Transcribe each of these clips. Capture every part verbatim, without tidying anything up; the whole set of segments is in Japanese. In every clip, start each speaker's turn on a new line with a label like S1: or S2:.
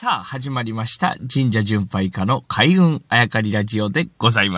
S1: さあ始まりました神社巡拝家の開運あやかりラジオでございます。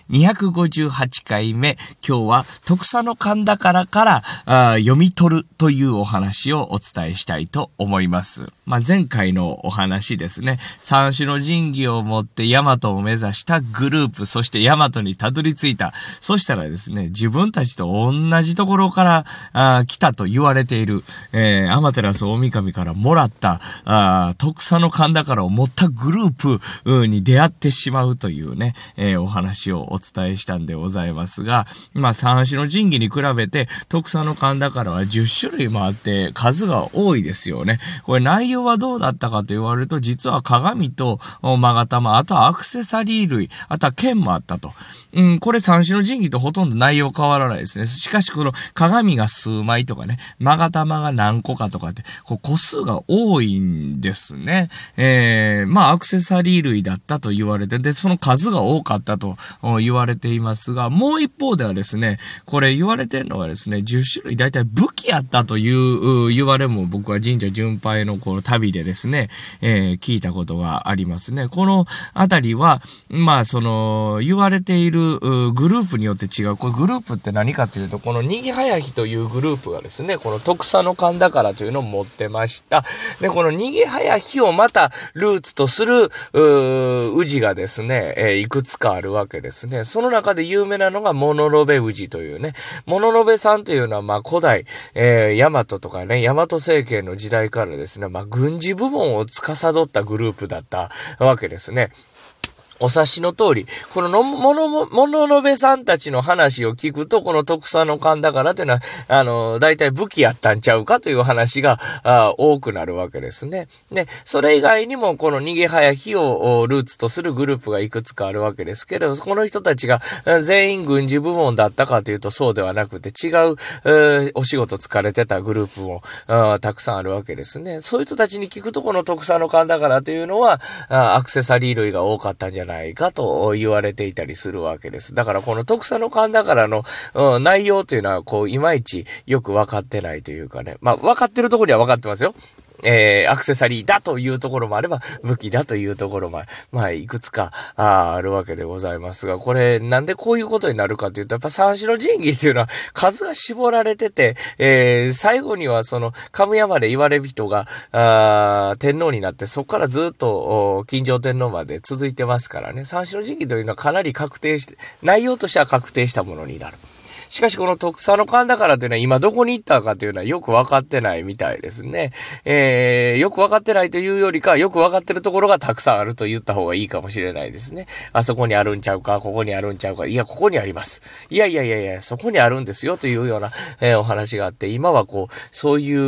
S1: にひゃくごじゅうはちかいめ、今日は徳佐の神宝からあ読み取るというお話をお伝えしたいと思います。まあ、前回のお話ですね、三種の神器を持って大和を目指したグループ、そして大和にたどり着いた。そしたらですね、自分たちと同じところからあ来たと言われている、えー、天照大神からもらったあ徳佐の神宝を持ったグループに出会ってしまうというね、えー、お話をお伝えしたんでございますが、まあ三種の神器に比べて徳佐の神宝はじゅっしゅるいもあって数が多いですよね。これ内容はどうだったかと言われると、実は鏡と勾玉、あとはアクセサリー類、あとは剣もあったと。うん、これ三種の神器とほとんど内容変わらないですね。しかしこの鏡が数枚とかね、勾玉が何個かとかって、こう個数が多いんですね。えー、まあアクセサリー類だったと言われて、で、その数が多かったと言われていますが、もう一方ではですね、これ言われてるのはですね、じゅっしゅるい大体武器やったという言われも僕は神社巡拝のこの旅でですね、えー、聞いたことがありますね。このあたりは、まあその言われているグループによって違う。これグループって何かというと、このにぎはやひというグループがですね、この徳佐の神宝というのを持ってました。で、このにぎはやひをまたルーツとするう氏がですね、えー、いくつかあるわけですね。その中で有名なのが物部氏というね、物部さんというのはまあ古代、えー、大和とかね、大和政権の時代からですね、まあ軍事部門を司ったグループだったわけですね。お察しの通り、このの、ものも、もののべさんたちの話を聞くと、この徳佐の神宝というのは、あの、大体武器やったんちゃうかという話が、あ多くなるわけですね。で、それ以外にも、この逃げ早きをルーツとするグループがいくつかあるわけですけれど、この人たちが全員軍事部門だったかというと、そうではなくて、違う、えー、お仕事疲れてたグループもあたくさんあるわけですね。そういう人たちに聞くと、この徳佐の神宝というのは、あアクセサリー類が多かったんじゃないないかと言われていたりするわけです。だからこの徳佐の神宝の、うん、内容というのはこういまいちよく分かってないというかね。まあ分かってるところには分かってますよ。えー、アクセサリーだというところもあれば、武器だというところもある。まあ、いくつか、あ, あるわけでございますが、これ、なんでこういうことになるかというと、やっぱ三種の神器っていうのは数が絞られてて、えー、最後にはその、神山で言われ人が、あ天皇になって、そこからずっと、金城天皇まで続いてますからね。三種の神器というのはかなり確定して、内容としては確定したものになる。しかしこの徳佐の神宝というのは今どこに行ったかというのはよく分かってないみたいですね。えー、よく分かってないというよりか、よく分かってるところがたくさんあると言った方がいいかもしれないですね。あそこにあるんちゃうか、ここにあるんちゃうか、いや、ここにあります。いやいやいやいや、そこにあるんですよというような、えー、お話があって、今はこう、そういう、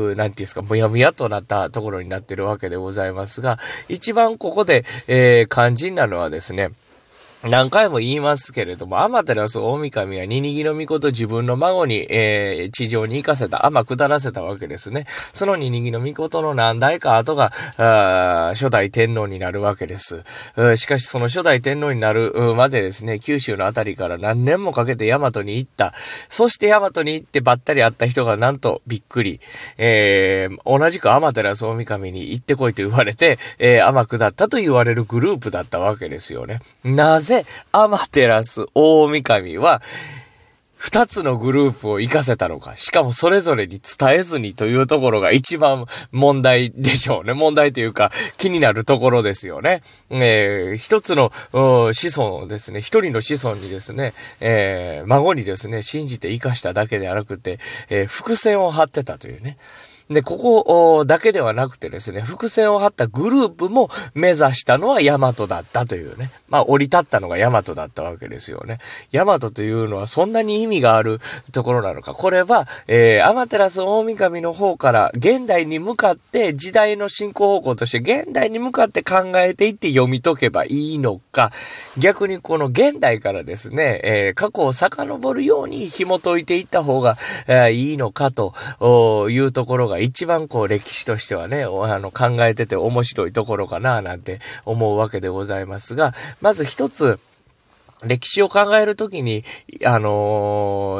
S1: うなんていうんですか、むやむやとなったところになっているわけでございますが、一番ここで、えー、肝心なのはですね、何回も言いますけれども、天照大神はニニギノミコと自分の孫に、えー、地上に行かせた、天下らせたわけですね。そのニニギノミコとの何代か後が、初代天皇になるわけです。しかしその初代天皇になるまでですね、九州のあたりから何年もかけて大和に行った。そして大和に行ってばったり会った人がなんとびっくり。えー、同じく天照大神に行ってこいと言われて、えー、天下ったと言われるグループだったわけですよね。なぜ天照大神は二つのグループを生かせたのか。しかもそれぞれに伝えずにというところが一番問題でしょうね。問題というか気になるところですよね。えー、一つの子孫をですね、一人の子孫にですね、えー、孫にですね、信じて生かしただけではなくて、えー、伏線を張ってたというね。で、ここだけではなくてですね、伏線を張ったグループも目指したのは大和だったというね。まあ、降り立ったのが大和だったわけですよね。大和というのはそんなに意味があるところなのか。これは、えー、天照大神の方から現代に向かって時代の進行方向として現代に向かって考えていって読み解けばいいのか。逆にこの現代からですね、えー、過去を遡るように紐解いていった方が、えー、いいのかというところが一番こう歴史としてはね、あの考えてて面白いところかななんて思うわけでございますが、まず一つ歴史を考えるときに、あのー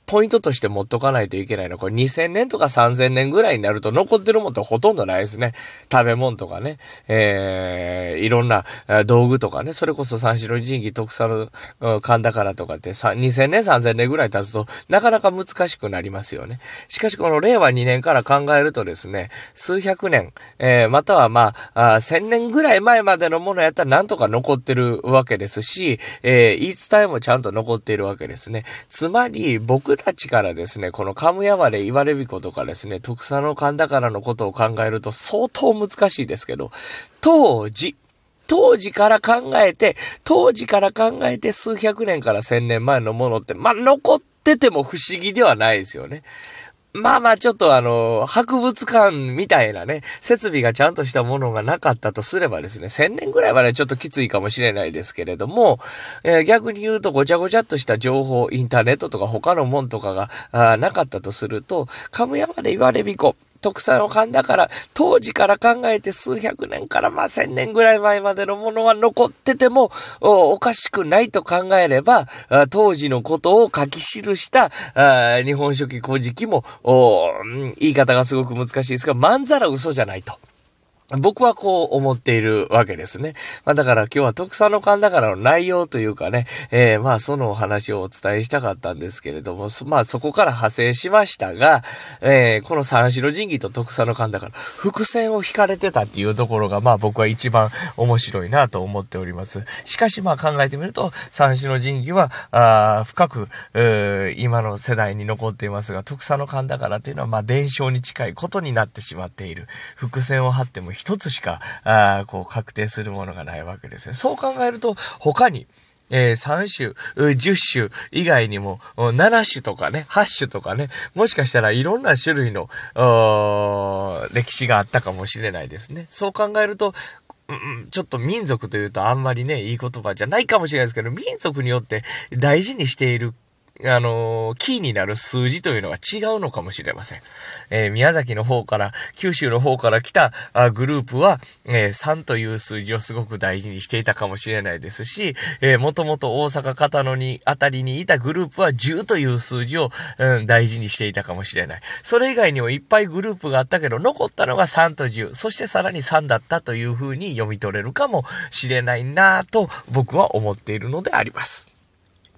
S1: ポイントとして持っとかないといけないのは、これにせんねんとかさんぜんねんぐらいになると残ってるもんってほとんどないですね。食べ物とかね、えー、いろんな道具とかね、それこそ三種の神器特産の神宝とかってにせんねんさんぜんねんぐらい経つとなかなか難しくなりますよね。しかしこのれいわにねんから考えるとですね、数百年、えー、またはまあ、あせんねんぐらい前までのものやったらなんとか残ってるわけですし、えー、言い伝えもちゃんと残っているわけですね。つまり僕たちからですね、このカムヤマレイワレビコとかですね、特産の神宝のことを考えると相当難しいですけど、当時、当時から考えて、当時から考えて数百年から千年前のものって、まあ、残ってても不思議ではないですよね。まあまあちょっとあの、博物館みたいなね、設備がちゃんとしたものがなかったとすればですね、千年ぐらいはね、ちょっときついかもしれないですけれども、えー、逆に言うとごちゃごちゃっとした情報、インターネットとか他のもんとかがあなかったとすると、カムヤマレイワレビコ、特産の神だから、当時から考えて数百年からまあ千年ぐらい前までのものは残ってても お, おかしくないと考えれば、当時のことを書き記した日本書紀古事記も言い方がすごく難しいですが、まんざら嘘じゃないと。僕はこう思っているわけですね。まあだから今日は特産の神宝の内容というかね、えー、まあそのお話をお伝えしたかったんですけれども、まあそこから派生しましたが、えー、この三種の神器と特産の神宝、伏線を引かれてたっていうところがまあ僕は一番面白いなと思っております。しかしまあ考えてみると、三種の神器はあ深く、えー、今の世代に残っていますが、特産の神宝というのはまあ伝承に近いことになってしまっている。伏線を張っても一つしか、あこう確定するものがないわけですね。そう考えると、他に、えー、さん種、じゅっ種以外にも、なな種とかね、はち種とかね、もしかしたらいろんな種類の、歴史があったかもしれないですね。そう考えると、うん、ちょっと民族というとあんまりね、いい言葉じゃないかもしれないですけど、民族によって大事にしているあのー、キーになる数字というのが違うのかもしれません。えー、宮崎の方から、九州の方から来たあグループは、えー、さんという数字をすごく大事にしていたかもしれないですし、えー、もともと大阪片野にあたりにいたグループはじゅうという数字を、うん、大事にしていたかもしれない。それ以外にもいっぱいグループがあったけど、残ったのがさんとじゅう、そしてさらにさんだったというふうに読み取れるかもしれないなぁと僕は思っているのであります。